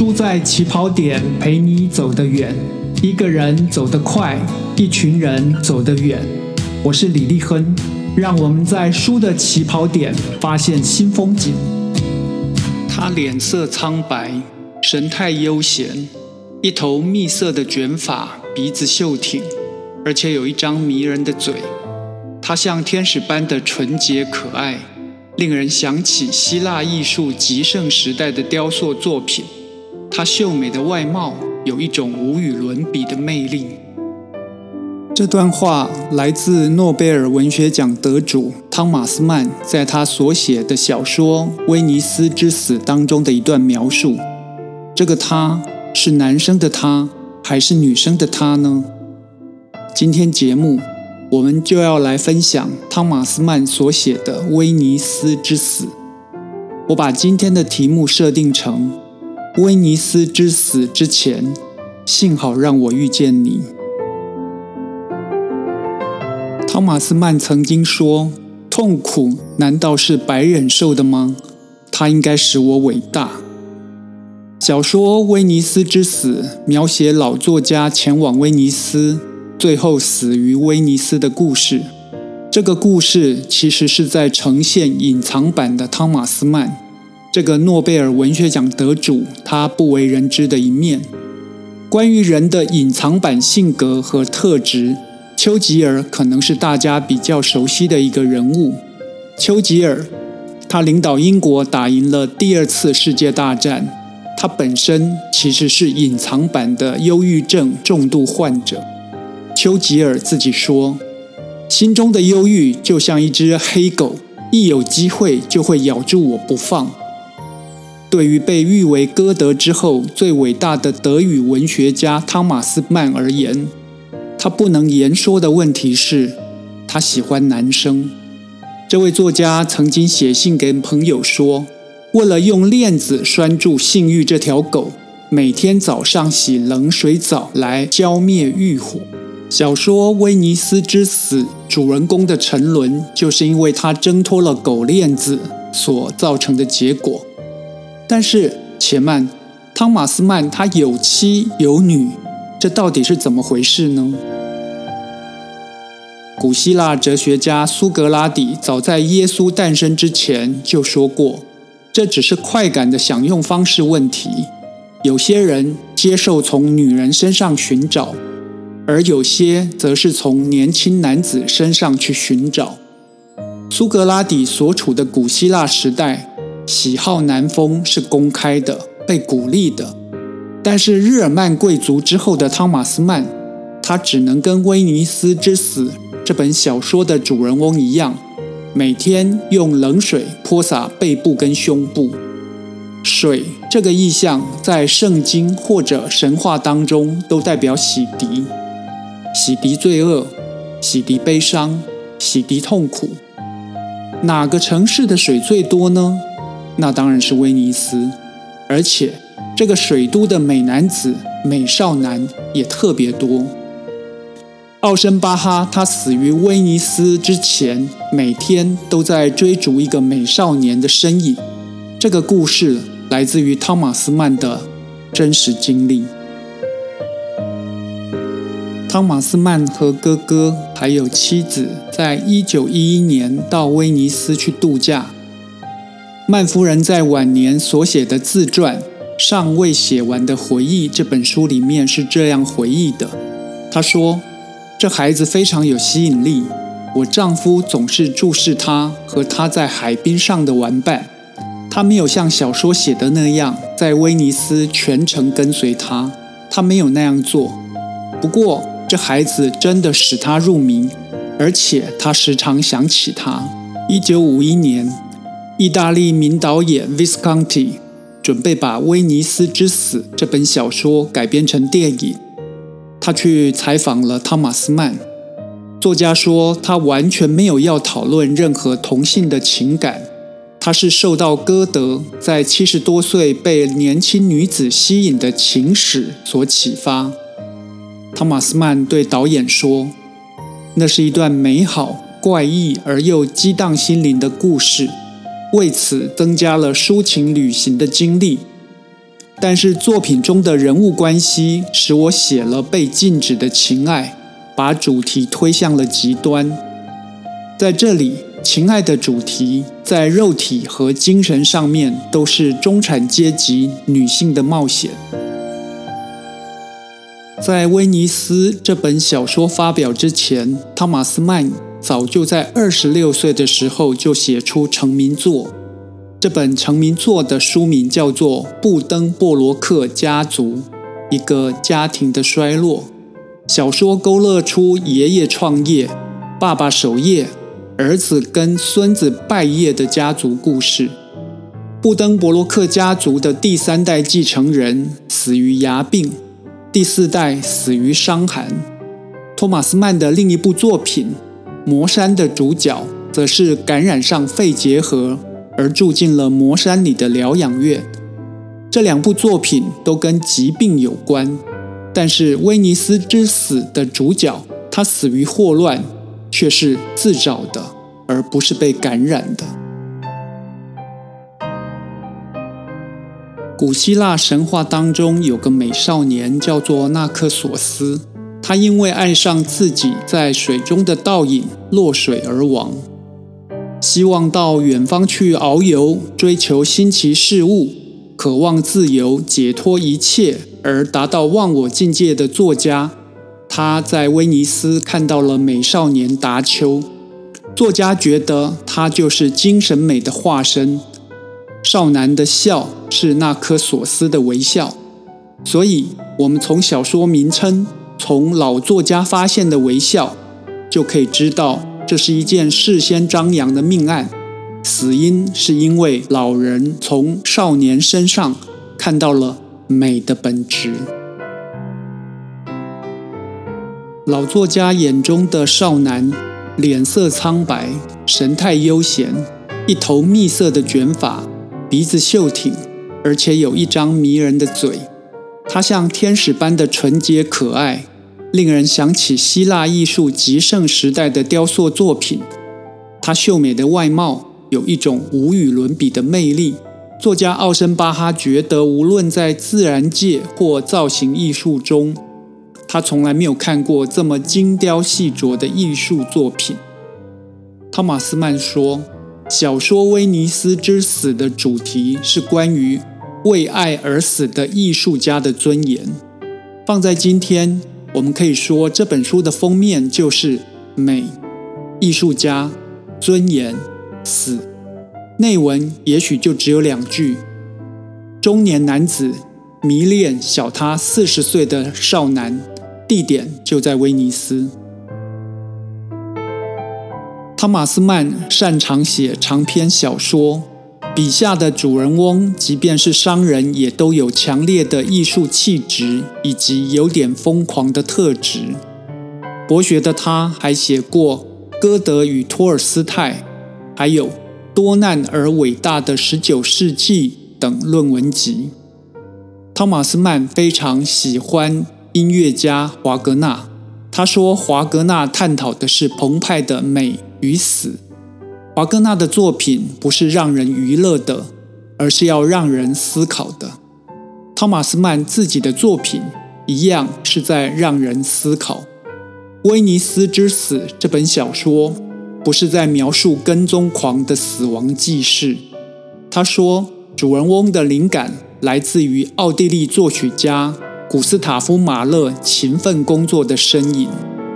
输在起跑点，陪你走得远。一个人走得快，一群人走得远。我是李立亨，让我们在输的起跑点发现新风景。他脸色苍白，神态悠闲，一头蜜色的卷发，鼻子秀挺，而且有一张迷人的嘴。他像天使般的纯洁可爱，令人想起希腊艺术极盛时代的雕塑作品。她秀美的外貌有一种无与伦比的魅力。这段话来自诺贝尔文学奖得主汤马斯曼在他所写的小说《威尼斯之死》当中的一段描述。这个他是男生的他还是女生的他呢？今天节目我们就要来分享汤马斯曼所写的《威尼斯之死》。我把今天的题目设定成威尼斯之死之前，幸好让我遇见你。汤马斯曼曾经说，痛苦难道是白忍受的吗？它应该使我伟大。小说《威尼斯之死》描写老作家前往威尼斯，最后死于威尼斯的故事。这个故事其实是在呈现隐藏版的汤马斯曼，这个诺贝尔文学奖得主他不为人知的一面。关于人的隐藏版性格和特质，丘吉尔可能是大家比较熟悉的一个人物。丘吉尔他领导英国打赢了第二次世界大战，他本身其实是隐藏版的忧郁症重度患者。丘吉尔自己说，心中的忧郁就像一只黑狗，一有机会就会咬住我不放。对于被誉为歌德之后最伟大的德语文学家汤马斯曼而言，他不能言说的问题是，他喜欢男生。这位作家曾经写信给朋友说，为了用链子拴住性欲这条狗，每天早上洗冷水澡来浇灭欲火。小说《威尼斯之死》主人公的沉沦，就是因为他挣脱了狗链子所造成的结果。但是且慢，汤马斯曼他有妻有女，这到底是怎么回事呢？古希腊哲学家苏格拉底早在耶稣诞生之前就说过，这只是快感的享用方式问题。有些人接受从女人身上寻找，而有些则是从年轻男子身上去寻找。苏格拉底所处的古希腊时代，喜好男风是公开的，被鼓励的。但是日耳曼贵族之后的汤马斯曼，他只能跟《威尼斯之死》这本小说的主人翁一样，每天用冷水泼洒背部跟胸部。水这个意象在圣经或者神话当中都代表洗涤，洗涤罪恶，洗涤悲伤，洗涤痛苦。哪个城市的水最多呢？那当然是威尼斯。而且这个水都的美男子美少男也特别多。奥申巴哈他死于威尼斯之前，每天都在追逐一个美少年的身影。这个故事来自于汤马斯曼的真实经历。汤马斯曼和哥哥还有妻子在1911年到威尼斯去度假。曼夫人在晚年所写的自传《尚未写完的回忆》这本书里面是这样回忆的。她说，这孩子非常有吸引力，我丈夫总是注视他和他在海滨上的玩伴。他没有像小说写的那样在威尼斯全程跟随他，他没有那样做。不过这孩子真的使他入迷，而且他时常想起他。1951年意大利名导演 Visconti 准备把《威尼斯之死》这本小说改编成电影。他去采访了汤马斯曼，作家说他完全没有要讨论任何同性的情感，他是受到歌德在70多岁被年轻女子吸引的情史所启发。汤马斯曼对导演说，那是一段美好、怪异而又激荡心灵的故事，为此增加了抒情旅行的经历。 但是作品中的人物关系使我写了被禁止的情爱，把主题推向了极端。在这里，情爱的主题在肉体和精神上面都是中产阶级女性的冒险。在威尼斯这本小说发表之前，汤马斯曼早就在26岁的时候就写出成名作。这本成名作的书名叫做《布登波罗克家族：一个家庭的衰落》。小说勾勒出爷爷创业、爸爸守业、儿子跟孙子拜业的家族故事。布登波罗克家族的第3代继承人死于牙病，第4代死于伤寒。托马斯曼的另一部作品《魔山》的主角则是感染上肺结核而住进了魔山里的疗养院。这2部作品都跟疾病有关，但是威尼斯之死的主角，他死于霍乱，却是自找的，而不是被感染的。古希腊神话当中有个美少年叫做纳克索斯，他因为爱上自己在水中的倒影落水而亡。希望到远方去遨游，追求新奇事物，渴望自由，解脱一切，而达到忘我境界的作家，他在威尼斯看到了美少年达丘。作家觉得他就是精神美的化身，少男的笑是那颗索斯的微笑。所以我们从小说名称，从老作家发现的微笑，就可以知道这是一件事先张扬的命案，死因是因为老人从少年身上看到了美的本质。老作家眼中的少男，脸色苍白，神态悠闲，一头蜜色的卷发，鼻子秀挺，而且有一张迷人的嘴。他像天使般的纯洁可爱，令人想起希腊艺术极盛时代的雕塑作品。他秀美的外貌有一种无与伦比的魅力。作家奥森巴哈觉得，无论在自然界或造型艺术中，他从来没有看过这么精雕细琢的艺术作品。汤马斯曼说，小说《威尼斯之死》的主题是关于为爱而死的艺术家的尊严。放在今天，我们可以说这本书的封面就是美、艺术家、尊严、死。内文也许就只有2句：中年男子迷恋小他40岁的少男，地点就在威尼斯。汤马斯曼擅长写长篇小说，笔下的主人翁即便是商人，也都有强烈的艺术气质以及有点疯狂的特质。博学的他还写过《歌德与托尔斯泰》，还有《多难而伟大的19世纪》等论文集。汤马斯曼非常喜欢音乐家华格纳，他说华格纳探讨的是澎湃的美与死。华格纳的作品不是让人娱乐的，而是要让人思考的。汤马斯曼自己的作品一样是在让人思考。《威尼斯之死》这本小说不是在描述跟踪狂的死亡记事。他说，主人翁的灵感来自于奥地利作曲家古斯塔夫·马勒勤奋工作的身影。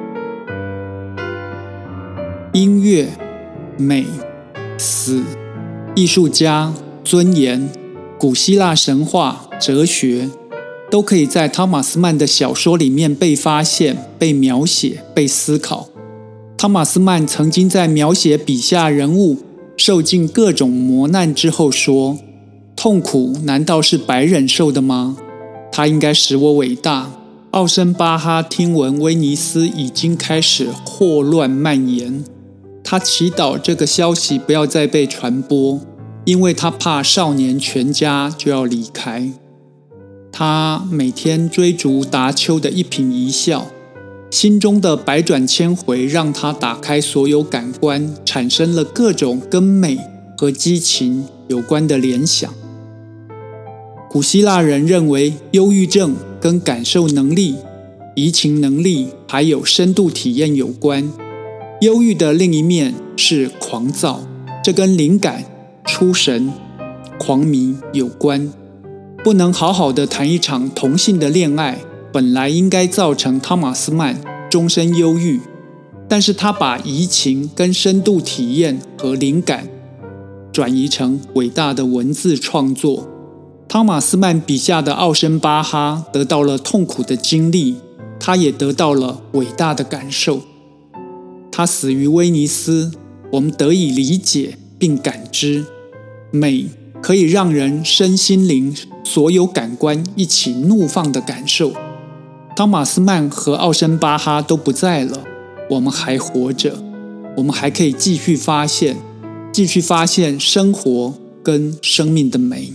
音乐、美、死、艺术家、尊严、古希腊神话、哲学，都可以在汤马斯曼的小说里面被发现、被描写、被思考。汤马斯曼曾经在描写笔下人物受尽各种磨难之后说，痛苦难道是白忍受的吗？它应该使我伟大。奥森巴哈听闻威尼斯已经开始霍乱蔓延，他祈祷这个消息不要再被传播，因为他怕少年全家就要离开。他每天追逐达丘的一颦一笑，心中的百转千回让他打开所有感官，产生了各种跟美和激情有关的联想。 古希腊人认为忧郁症跟感受能力、移情能力还有深度体验有关。忧郁的另一面是狂躁，这跟灵感、出神、狂迷有关。不能好好的谈一场同性的恋爱，本来应该造成汤马斯曼终身忧郁，但是他把移情跟深度体验和灵感转移成伟大的文字创作。汤马斯曼笔下的奥森巴哈得到了痛苦的经历，他也得到了伟大的感受。他死于威尼斯，我们得以理解并感知，美可以让人身心灵所有感官一起怒放的感受。汤马斯曼和奥森巴哈都不在了，我们还活着，我们还可以继续发现生活跟生命的美。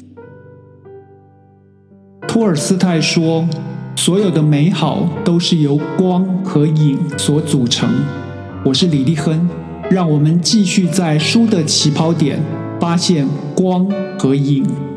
托尔斯泰说，所有的美好都是由光和影所组成。我是李立亨，让我们继续在书的起跑点发现光和影。